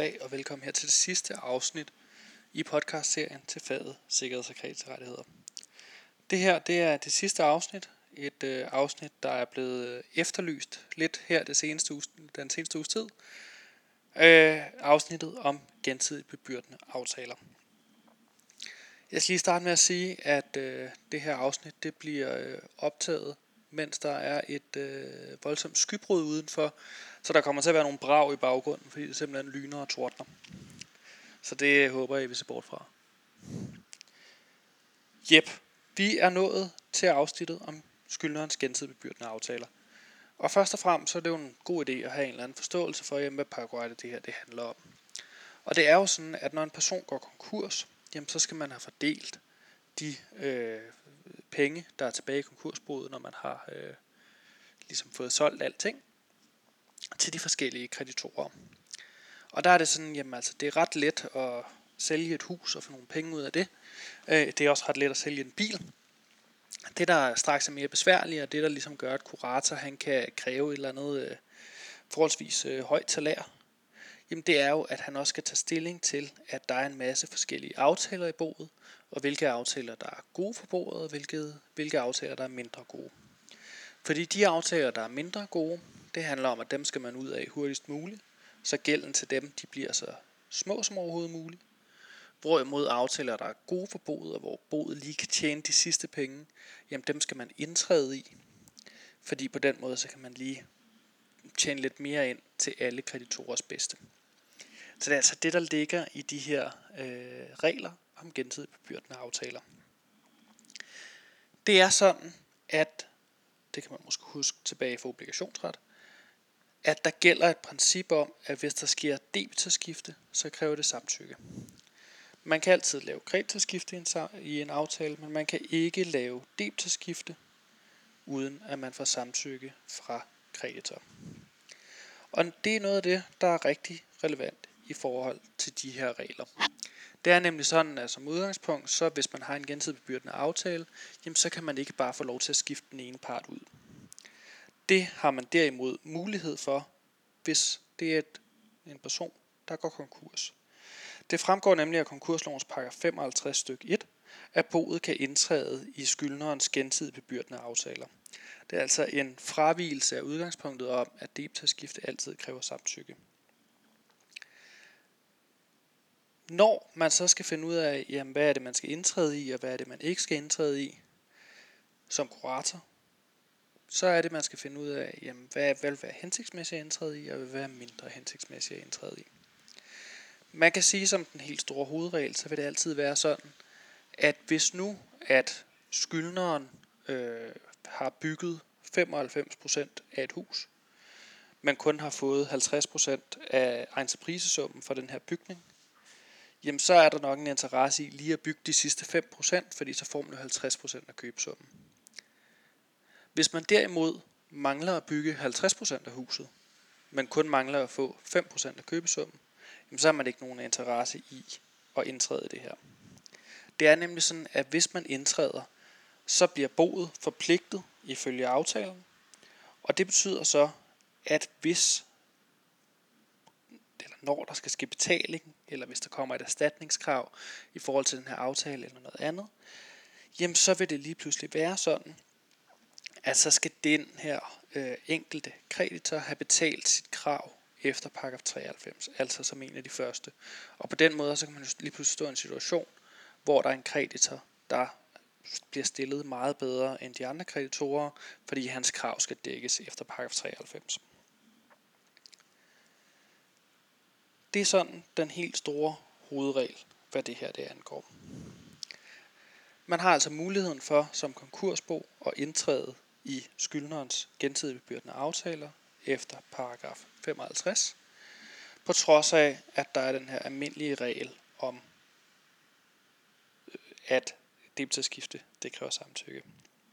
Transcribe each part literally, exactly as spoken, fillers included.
Goddag og velkommen her til det sidste afsnit i podcastserien til faget Sikkerheds- og Kreditrettigheder. Det her det er det sidste afsnit, et øh, afsnit der er blevet efterlyst lidt her det seneste uge, den seneste uges tid. Øh, afsnittet om gensidigt bebyrdende aftaler. Jeg skal lige starte med at sige, at øh, det her afsnit det bliver øh, optaget, mens der er et øh, voldsomt skybrud udenfor, så der kommer til at være nogle brag i baggrunden, fordi det simpelthen lyner og tordner. Så det håber jeg, I vil se bort fra. Jep, vi er nået til afsnittet om skyldnerens gensidigt bebyrdende aftaler. Og først og fremmest så er det jo en god idé at have en eller anden forståelse for, jamen, hvad paragraf det her det handler om. Og det er jo sådan, at når en person går konkurs, jamen, så skal man have fordelt de øh, penge, der er tilbage i konkursboet, når man har øh, ligesom fået solgt alting, til de forskellige kreditorer. Og der er det sådan, jamen altså, det er ret let at sælge et hus og få nogle penge ud af det. Øh, det er også ret let at sælge en bil. Det, der straks er mere besværligt, og det, der ligesom gør, at kurator han kan kræve et eller andet øh, forholdsvis øh, højt talær, jamen det er jo, at han også skal tage stilling til, at der er en masse forskellige aftaler i boet, og hvilke aftaler, der er gode for boet, og hvilke, hvilke aftaler, der er mindre gode. Fordi de aftaler, der er mindre gode, det handler om, at dem skal man ud af hurtigst muligt, så gælden til dem, de bliver så små som overhovedet muligt. Hvorimod aftaler, der er gode for boet, og hvor boet lige kan tjene de sidste penge, jamen dem skal man indtræde i. Fordi på den måde, så kan man lige tjene lidt mere ind til alle kreditorers bedste. Så det er altså det, der ligger i de her øh, regler om gensidigt bebyrdende aftaler. Det er sådan, at, det kan man måske huske tilbage for obligationsret, at der gælder et princip om, at hvis der sker debitorskifte, så kræver det samtykke. Man kan altid lave kreditorskifte i en aftale, men man kan ikke lave debitorskifte, uden at man får samtykke fra kreditor. Og det er noget af det, der er rigtig relevant i forhold til de her regler. Det er nemlig sådan, at som udgangspunkt, så hvis man har en gensidigt bebyrdende aftale, jamen så kan man ikke bare få lov til at skifte den ene part ud. Det har man derimod mulighed for, hvis det er et, en person, der går konkurs. Det fremgår nemlig af konkurslovens paragraf femoghalvtreds stykke et, at boet kan indtræde i skyldnerens gensidigt bebyrdende aftaler. Det er altså en fravigelse af udgangspunktet om, at debitorskifte altid kræver samtykke. Når man så skal finde ud af, jamen, hvad er det, man skal indtræde i, og hvad er det, man ikke skal indtræde i, som kurator, så er det, man skal finde ud af, jamen, hvad vil være hensigtsmæssigt at indtræde i, og hvad vil være mindre hensigtsmæssigt at indtræde i. Man kan sige som den helt store hovedregel, så vil det altid være sådan, at hvis nu, at skyldneren øh, har bygget femoghalvfems procent af et hus, men kun har fået halvtreds procent af entreprisesummen for den her bygning, jamen så er der nok en interesse i lige at bygge de sidste fem procent, fordi så får man jo halvtreds procent af købesummen. Hvis man derimod mangler at bygge halvtreds procent af huset, men kun mangler at få fem procent af købesummen, jamen så har man ikke nogen interesse i at indtræde det her. Det er nemlig sådan, at hvis man indtræder, så bliver boet forpligtet ifølge aftalen, og det betyder så, at hvis eller når der skal ske betaling, eller hvis der kommer et erstatningskrav i forhold til den her aftale eller noget andet, jamen så vil det lige pludselig være sådan, at så skal den her øh, enkelte kreditor have betalt sit krav efter paragraf treoghalvfems, altså som en af de første. Og på den måde, så kan man jo lige pludselig stå i en situation, hvor der er en kreditor, der bliver stillet meget bedre end de andre kreditorer, fordi hans krav skal dækkes efter paragraf treoghalvfems. Det er sådan den helt store hovedregel, hvad det her det angår. Man har altså muligheden for som konkursbo at indtræde i skyldnerens gensidigt bebyrdende aftaler efter paragraf femoghalvtreds, på trods af, at der er den her almindelige regel om, at debitorskifte det kræver samtykke.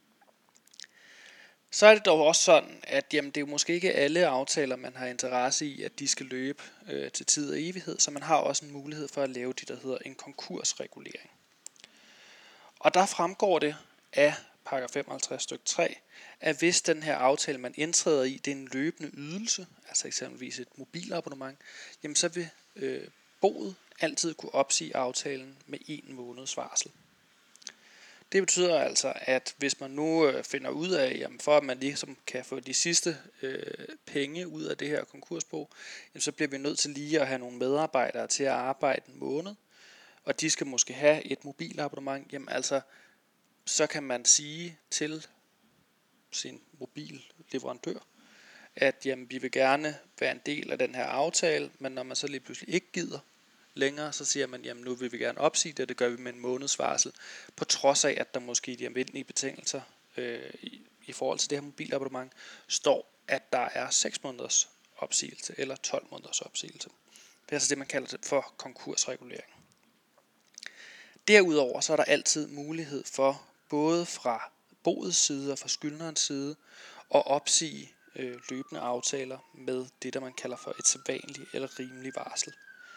Så er det dog også sådan, at jamen, det er jo måske ikke alle aftaler, man har interesse i, at de skal løbe øh, til tid og evighed, så man har også en mulighed for at lave det, der hedder en konkursregulering. Og der fremgår det af paragraf femoghalvtreds stykke tre, at hvis den her aftale, man indtræder i, det er en løbende ydelse, altså eksempelvis et mobilabonnement, jamen så vil øh, boet altid kunne opsige aftalen med en måneds varsel. Det betyder altså, at hvis man nu øh, finder ud af, jamen for at man ligesom kan få de sidste øh, penge ud af det her konkursbo, jamen så bliver vi nødt til lige at have nogle medarbejdere til at arbejde en måned, og de skal måske have et mobilabonnement, jamen altså, så kan man sige til sin mobilleverandør, at jamen, vi vil gerne være en del af den her aftale, men når man så lige pludselig ikke gider længere, så siger man, jamen nu vil vi gerne opsige det, det gør vi med en måneds varsel, på trods af, at der måske i de almindelige betingelser øh, i, i forhold til det her mobilabonnement, står, at der er seks måneders opsigelse, eller tolv måneders opsigelse. Det er altså det, man kalder det for konkursregulering. Derudover så er der altid mulighed for, både fra boets side og fra skyldnerens side, at opsige øh, løbende aftaler med det, der man kalder for et sædvanligt eller rimeligt varsel.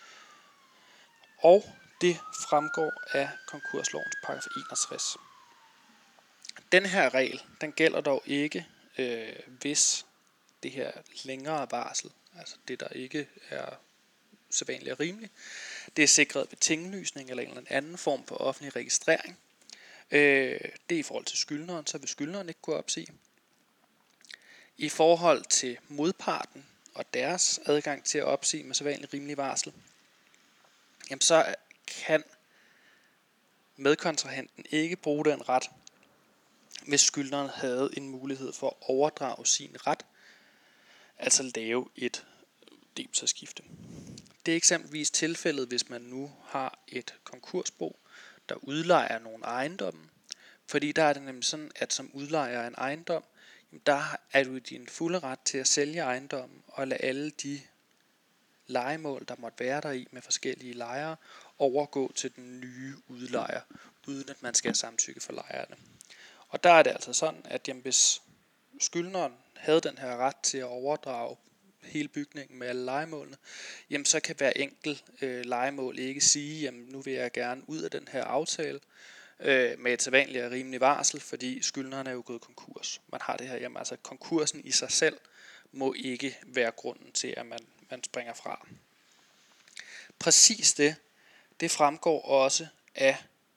Og det fremgår af konkurslovens paragraf enogtres. Den her regel, den gælder dog ikke, øh, hvis det her længere varsel, altså det der ikke er sædvanligt og rimeligt, det er sikret ved tinglysning eller en eller anden form for offentlig registrering. Øh, det er i forhold til skyldneren, så vil skyldneren ikke kunne opsige. I forhold til modparten og deres adgang til at opsige med sædvanligt rimelig varsel, jamen så kan medkontrahenten ikke bruge den ret, hvis skyldneren havde en mulighed for at overdrage sin ret, altså lave et debitorskifte. Det er eksempelvis tilfældet, hvis man nu har et konkursbo, der udlejer nogle ejendomme, fordi der er det nemlig sådan, at som udlejer af en ejendom, der er du i din fulde ret til at sælge ejendommen og lade alle de lejemål, der måtte være der i med forskellige lejere, overgå til den nye udlejer, uden at man skal have samtykke for lejerne. Og der er det altså sådan, at jamen, hvis skyldneren havde den her ret til at overdrage hele bygningen med alle lejemålene, jamen så kan hver enkelt øh, lejemål ikke sige, jamen nu vil jeg gerne ud af den her aftale øh, med et sædvanligt og rimeligt varsel, fordi skyldneren er jo gået konkurs. Man har det her, jamen altså konkursen i sig selv må ikke være grunden til, at man, man springer fra. Præcis det, det fremgår også af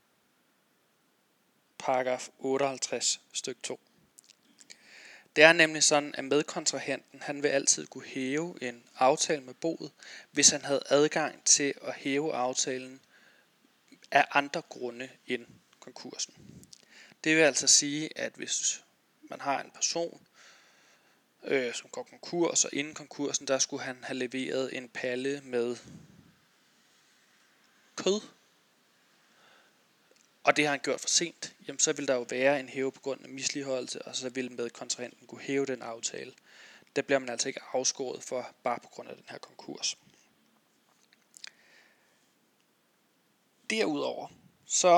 paragraf otteoghalvtreds stykke to. Det er nemlig sådan, at medkontrahenten han vil altid kunne hæve en aftale med boet, hvis han havde adgang til at hæve aftalen af andre grunde end konkursen. Det vil altså sige, at hvis man har en person, øh, som går konkurs, og inden konkursen, der skulle han have leveret en palle med kød, og det har han gjort for sent, jamen så vil der jo være en hæve på grund af misligholdelse, og så vil medkontrahenten kunne hæve den aftale. Der bliver man altså ikke afskåret for, bare på grund af den her konkurs. Derudover, så,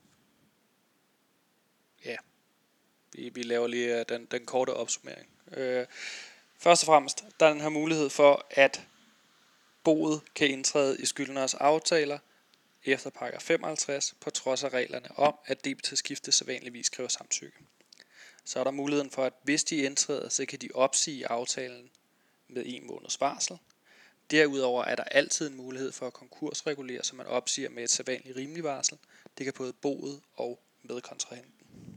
ja, vi, vi laver lige den, den korte opsummering. Øh, først og fremmest, der er den her mulighed for, at boet kan indtræde i skyldners aftaler, efter paragraf femoghalvtreds, på trods af reglerne om, at debitorskifte sædvanligvis kræver samtykke. Så er der muligheden for, at hvis de indtræder, så kan de opsige aftalen med en måneds varsel. Derudover er der altid en mulighed for at konkursregulere, så man opsiger med et sædvanligt rimeligt varsel. Det kan både boet og medkontrahenten.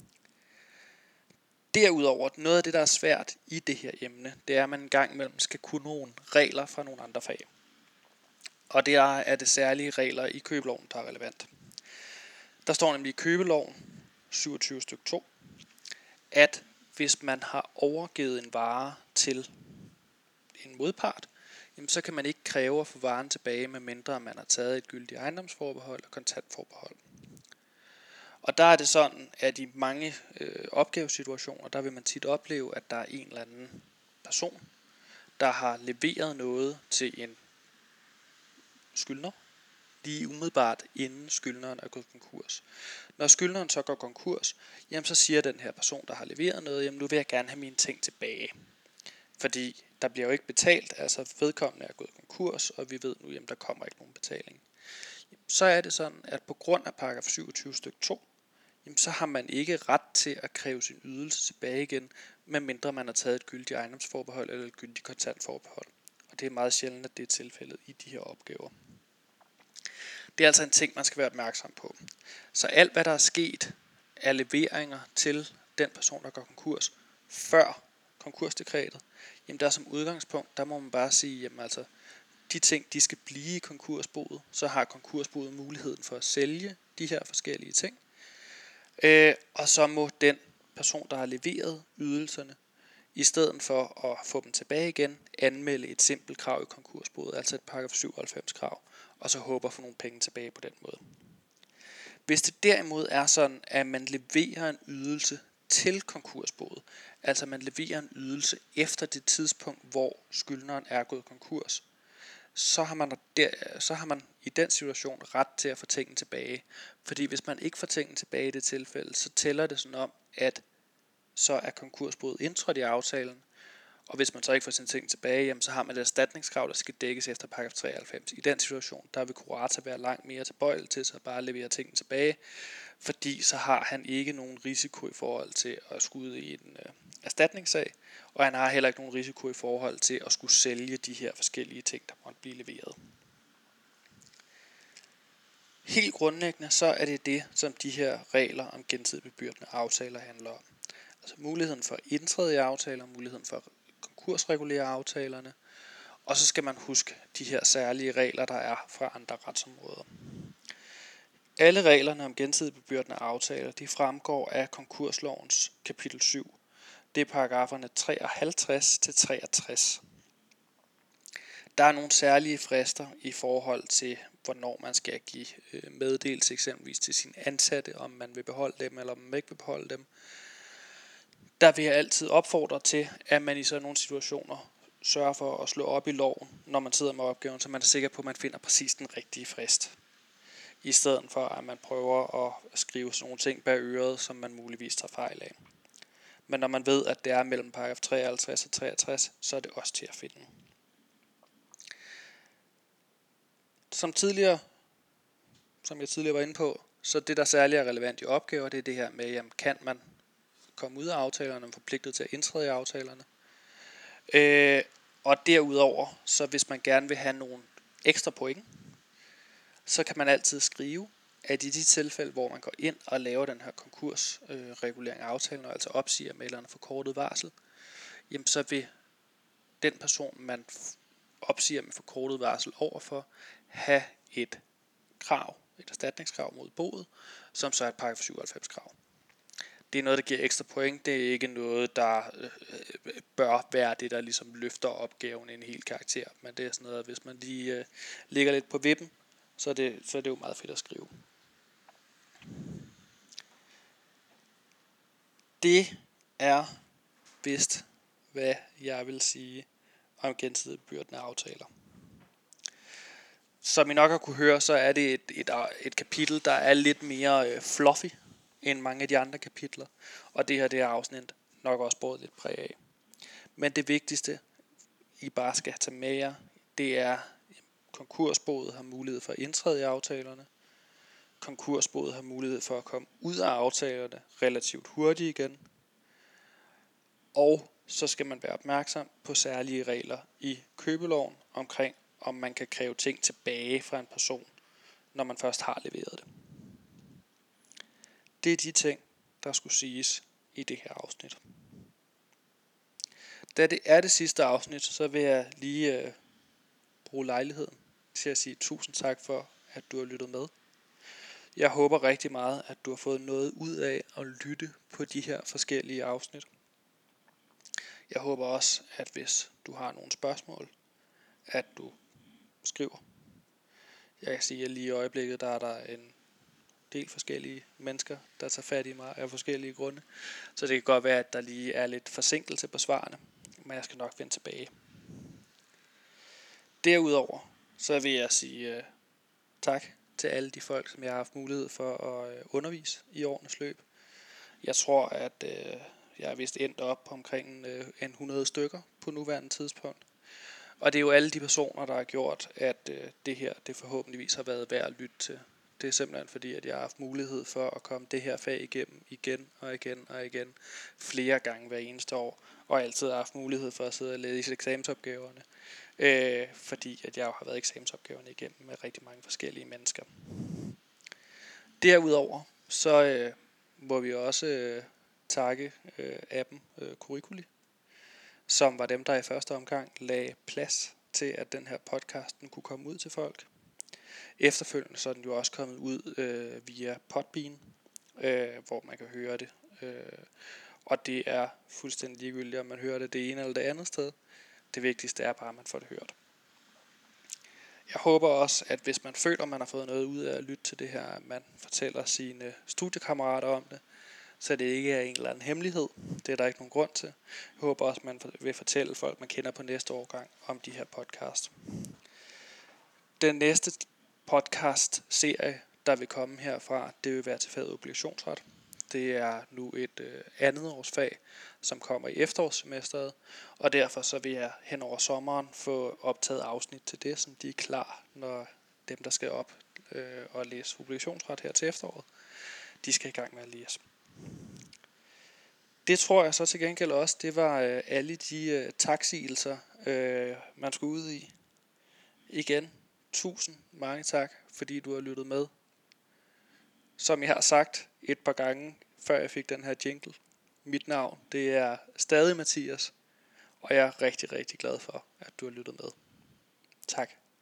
Derudover, noget af det, der er svært i det her emne, det er, at man en gang imellem skal kunne nogle regler fra nogle andre fag. Og det er, er det særlige regler i købeloven, der er relevant. Der står nemlig i købeloven, syvogtyve stykke to, at hvis man har overgivet en vare til en modpart, jamen så kan man ikke kræve at få varen tilbage, medmindre man har taget et gyldigt ejendomsforbehold og kontantforbehold. Og der er det sådan, at i mange øh, opgavesituationer, der vil man tit opleve, at der er en eller anden person, der har leveret noget til en skyldner, lige umiddelbart inden skyldneren er gået konkurs. Når skyldneren så går konkurs, jamen så siger den her person, der har leveret noget, jamen nu vil jeg gerne have mine ting tilbage. Fordi der bliver jo ikke betalt, altså vedkommende er gået konkurs, og vi ved nu, jamen der kommer ikke nogen betaling. Så er det sådan, at på grund af paragraf syvogtyve stykke to, jamen så har man ikke ret til at kræve sin ydelse tilbage igen, medmindre man har taget et gyldigt ejendomsforbehold eller et gyldigt kontantforbehold. og det er meget sjældent, at det er tilfældet i de her opgaver. Det er altså en ting, man skal være opmærksom på. Så alt, hvad der er sket af leveringer til den person, der går konkurs, før konkursdekretet, jamen der som udgangspunkt, der må man bare sige, jamen altså, de ting, de skal blive i konkursboet, så har konkursboet muligheden for at sælge de her forskellige ting. Øh, og så må den person, der har leveret ydelserne, i stedet for at få dem tilbage igen, anmelde et simpelt krav i konkursboet, altså et paragraf syvoghalvfems krav, og så håber at få nogle penge tilbage på den måde. Hvis det derimod er sådan, at man leverer en ydelse til konkursboet, altså man leverer en ydelse efter det tidspunkt, hvor skyldneren er gået konkurs, så har man, der, så har man i den situation ret til at få tingene tilbage. Fordi hvis man ikke får tingene tilbage i det tilfælde, så tæller det sådan om, at så er konkursboet indtrådt i aftalen, og hvis man så ikke får sine ting tilbage, jamen, så har man et erstatningskrav, der skal dækkes efter paragraf treoghalvfems. I den situation, der vil kurator være langt mere tilbøjelig til så bare levere tingene tilbage, fordi så har han ikke nogen risiko i forhold til at skulle i en øh, erstatningssag, og han har heller ikke nogen risiko i forhold til at skulle sælge de her forskellige ting, der måtte blive leveret. Helt grundlæggende, så er det det, som de her regler om gensidigt bebyrdende aftaler handler om. Altså muligheden for at indtræde i aftaler, muligheden for at konkursregulere aftalerne, og så skal man huske de her særlige regler, der er fra andre retsområder. Alle reglerne om gensidigt bebyrdende aftaler, de fremgår af konkurslovens kapitel syv. Det er paragraferne treoghalvtreds til treogtres. Der er nogle særlige frister i forhold til, hvornår man skal give meddelelse eksempelvis til sine ansatte, om man vil beholde dem eller om man ikke vil beholde dem. Der vil jeg altid opfordre til, at man i sådan nogle situationer sørger for at slå op i loven, når man sidder med opgaven, så man er sikker på, at man finder præcis den rigtige frist. I stedet for, at man prøver at skrive sådan nogle ting bag øret, som man muligvis tager fejl af. Men når man ved, at det er mellem paragraf treoghalvtreds og treogtres, så er det også til at finde. Som tidligere, som jeg tidligere var inde på, så det, der særligt er relevant i opgaver, det er det her med, jamen, kan man komme ud af aftalerne og forpligtet til at indtræde i aftalerne. Øh, og derudover, så hvis man gerne vil have nogle ekstra point, så kan man altid skrive, at i de tilfælde, hvor man går ind og laver den her konkursregulering øh, af aftalen, og altså opsiger mailerne for kortet varsel, jamen så vil den person, man opsiger med forkortet varsel overfor, have et krav, et erstatningskrav mod boet, som så er et paragraf syvoghalvfems krav. Det er noget, der giver ekstra point. Det er ikke noget, der øh, bør være det, der ligesom løfter opgaven en hel karakter. Men det er sådan noget, at hvis man lige øh, ligger lidt på vippen, så er, det, så er det jo meget fedt at skrive. Det er vist, hvad jeg vil sige om gensidigt bebyrdende aftaler. Som I nok har kunne høre, så er det et, et, et kapitel, der er lidt mere øh, fluffy end mange af de andre kapitler, og det her det er afsnit nok også båret lidt præg af. Men det vigtigste, I bare skal tage med jer, det er, at konkursboet har mulighed for at indtræde i aftalerne. Konkursboet har mulighed for at komme ud af aftalerne relativt hurtigt igen. Og så skal man være opmærksom på særlige regler i købeloven omkring, om man kan kræve ting tilbage fra en person, når man først har leveret det. Det er de ting, der skulle siges i det her afsnit. Da det er det sidste afsnit, så vil jeg lige øh, bruge lejligheden til at sige tusind tak for, at du har lyttet med. Jeg håber rigtig meget, at du har fået noget ud af at lytte på de her forskellige afsnit. Jeg håber også, at hvis du har nogle spørgsmål, at du skriver. Jeg kan sige, at lige i øjeblikket, der er der en del forskellige mennesker, der tager fat i mig af forskellige grunde. Så det kan godt være, at der lige er lidt forsinkelse på svarene, men jeg skal nok vende tilbage. Derudover, så vil jeg sige uh, tak til alle de folk, som jeg har haft mulighed for at uh, undervise i årenes løb. Jeg tror, at uh, jeg er vist endt op på omkring uh, en hundrede stykker på nuværende tidspunkt. Og det er jo alle de personer, der har gjort, at uh, det her det forhåbentligvis har været værd at lytte til. Det er simpelthen fordi, at jeg har haft mulighed for at komme det her fag igennem igen og igen og igen flere gange hver eneste år, og altid har haft mulighed for at sidde og læse eksamensopgaverne. øh, fordi at jeg jo har været eksamensopgaverne igennem med rigtig mange forskellige mennesker. Derudover så øh, må vi også øh, takke øh, appen øh, Curriculi, som var dem, der i første omgang lagde plads til, at den her podcast den kunne komme ud til folk. Efterfølgende så er den jo også kommet ud øh, via Podbean, øh, hvor man kan høre det. Øh, og det er fuldstændig ligegyldigt, om man hører det det ene eller det andet sted. Det vigtigste er bare, at man får det hørt. Jeg håber også, at hvis man føler, at man har fået noget ud af at lytte til det her, at man fortæller sine studiekammerater om det, så det ikke er en eller anden hemmelighed. Det er der ikke nogen grund til. Jeg håber også, at man vil fortælle folk, man kender på næste årgang, om de her podcast. Den næste podcast-serie, der vil komme herfra, det vil være til faget obligationsret. Det er nu et øh, andet års fag, som kommer i efterårssemesteret, og derfor så vil jeg hen over sommeren få optaget afsnit til det, som de er klar, når dem, der skal op øh, og læse obligationsret her til efteråret, de skal i gang med at læse. Det tror jeg så til gengæld også, det var øh, alle de øh, taksigelser, øh, man skulle ud i. Igen, tusind mange tak, fordi du har lyttet med. Som jeg har sagt et par gange, før jeg fik den her jingle. Mit navn, det er stadig Mathias, og jeg er rigtig, rigtig glad for, at du har lyttet med. Tak.